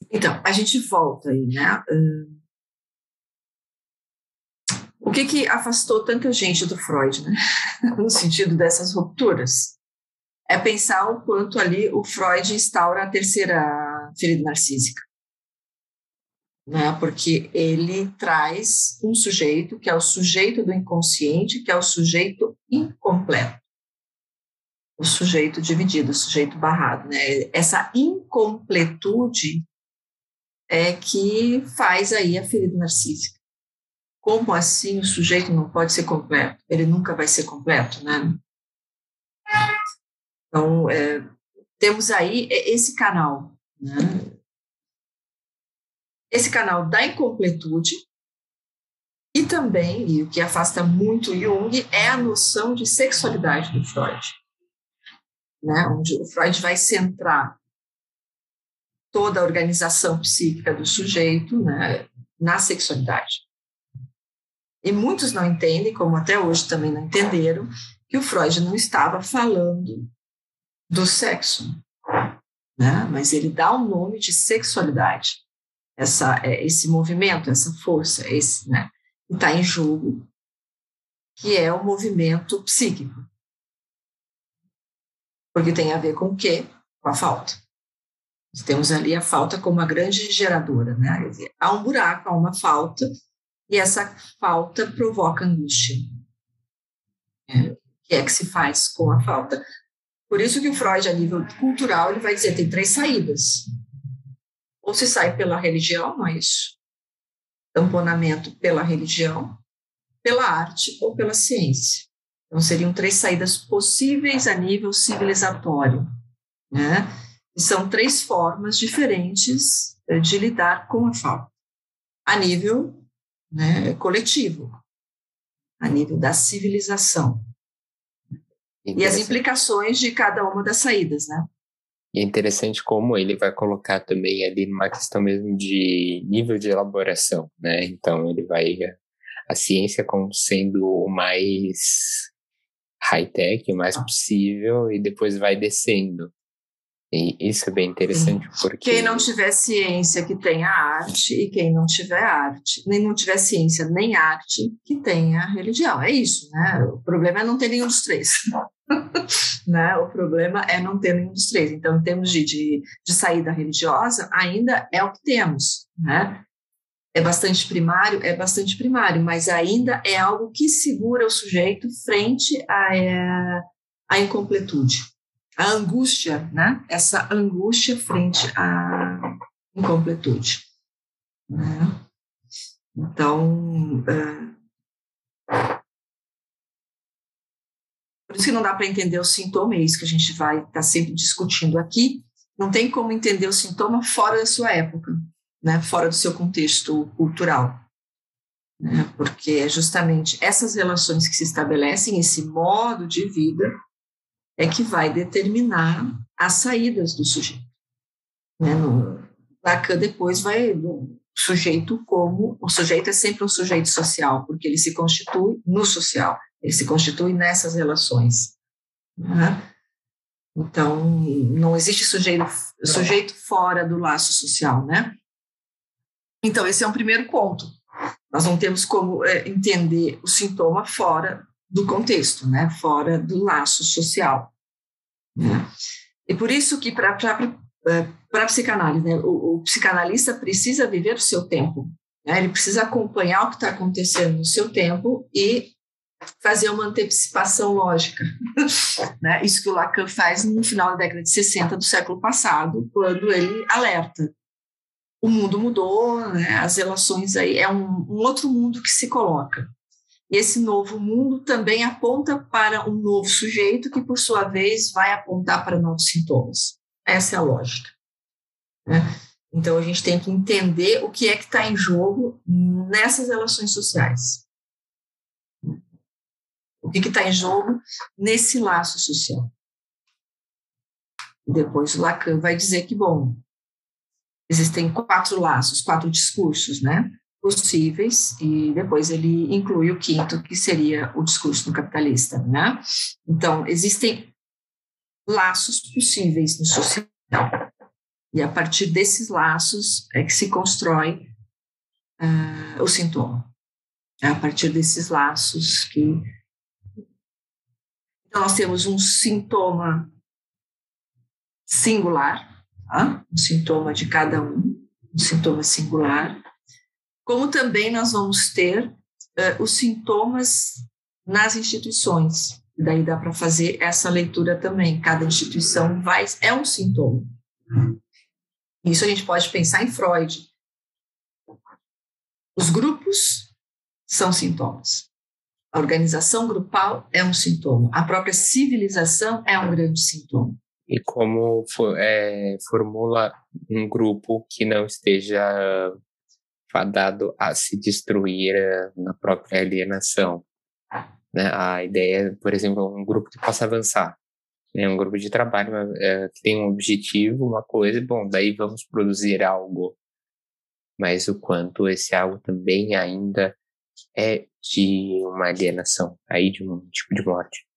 Então, a gente volta aí, né? O que afastou tanta gente do Freud, né? No sentido dessas rupturas? É pensar o quanto ali o Freud instaura a terceira ferida narcísica, né? Porque ele traz um sujeito que é o sujeito do inconsciente, que é o sujeito incompleto, o sujeito dividido, o sujeito barrado, né? Essa incompletude é que faz aí a ferida narcísica. Como assim o sujeito não pode ser completo? Ele nunca vai ser completo, né? Então, temos aí esse canal, né? Esse canal da incompletude e também, e o que afasta muito Jung, é a noção de sexualidade do Freud, né? Onde o Freud vai centrar toda a organização psíquica do sujeito, né, na sexualidade. E muitos não entendem, como até hoje também não entenderam, que o Freud não estava falando do sexo, né? Mas ele dá um nome de sexualidade, esse movimento, essa força, né, que está em jogo, que é o movimento psíquico. Porque tem a ver com o quê? Com a falta. Temos ali a falta como uma grande geradora, né? Quer dizer, há um buraco, há uma falta, e essa falta provoca angústia. O que é que se faz com a falta? Por isso que o Freud, a nível cultural, ele vai dizer que tem 3 saídas. Ou se sai pela religião, não é isso? Tamponamento pela religião, pela arte ou pela ciência. Então, seriam 3 saídas possíveis a nível civilizatório, né? E são 3 formas diferentes de lidar com a falta. A nível, né, coletivo, a nível da civilização. E as implicações de cada uma das saídas, né? E é interessante como ele vai colocar também ali numa questão mesmo de nível de elaboração, né? Então ele vai a ciência como sendo o mais high-tech, o mais possível, e depois vai descendo. E isso é bem interessante. Sim. Porque quem não tiver ciência que tenha arte, e quem não tiver arte, nem não tiver ciência nem arte, que tenha religião. É isso, né? O problema é não ter nenhum dos 3. Né? O problema é não ter nenhum dos 3. Então, em termos de saída religiosa, ainda é o que temos, né? É bastante primário, mas ainda é algo que segura o sujeito frente à incompletude. A angústia, né? Essa angústia frente à incompletude. Né? Então, por isso que não dá para entender o sintoma, é isso que a gente vai estar sempre discutindo aqui. Não tem como entender o sintoma fora da sua época, né? Fora do seu contexto cultural. Né? Porque é justamente essas relações que se estabelecem, esse modo de vida, é que vai determinar as saídas do sujeito. Né? Lacan depois vai o sujeito é sempre um sujeito social, porque ele se constitui no social, ele se constitui nessas relações. Né? Então, não existe sujeito fora do laço social, né? Então, esse é um primeiro ponto. Nós não temos como entender o sintoma fora do contexto, né? Fora do laço social. Né? E por isso que para a psicanálise, né, o psicanalista precisa viver o seu tempo, né? Ele precisa acompanhar o que está acontecendo no seu tempo e fazer uma antecipação lógica. Né? Isso que o Lacan faz no final da década de 60 do século passado, quando ele alerta. O mundo mudou, né? As relações aí, é um outro mundo que se coloca. E esse novo mundo também aponta para um novo sujeito que, por sua vez, vai apontar para novos sintomas. Essa é a lógica. Né? Então, a gente tem que entender o que é que está em jogo nessas relações sociais. O que está em jogo nesse laço social. Depois o Lacan vai dizer que, bom, existem 4 laços, 4 discursos, né, possíveis, e depois ele inclui o 5º, que seria o discurso do capitalista, né? Então, existem laços possíveis no social. E a partir desses laços é que se constrói o sintoma. É a partir desses laços que... Então, nós temos um sintoma singular, tá? Um sintoma de cada um sintoma singular, como também nós vamos ter os sintomas nas instituições. E daí dá para fazer essa leitura também. Cada instituição é um sintoma. Isso a gente pode pensar em Freud. Os grupos são sintomas. A organização grupal é um sintoma. A própria civilização é um grande sintoma. E como formula um grupo que não esteja fadado a se destruir na própria alienação, né? A ideia, por exemplo, um grupo que possa avançar, né? Um grupo de trabalho que tem um objetivo, uma coisa, bom, daí vamos produzir algo, mas o quanto esse algo também ainda é de uma alienação, aí de um tipo de morte.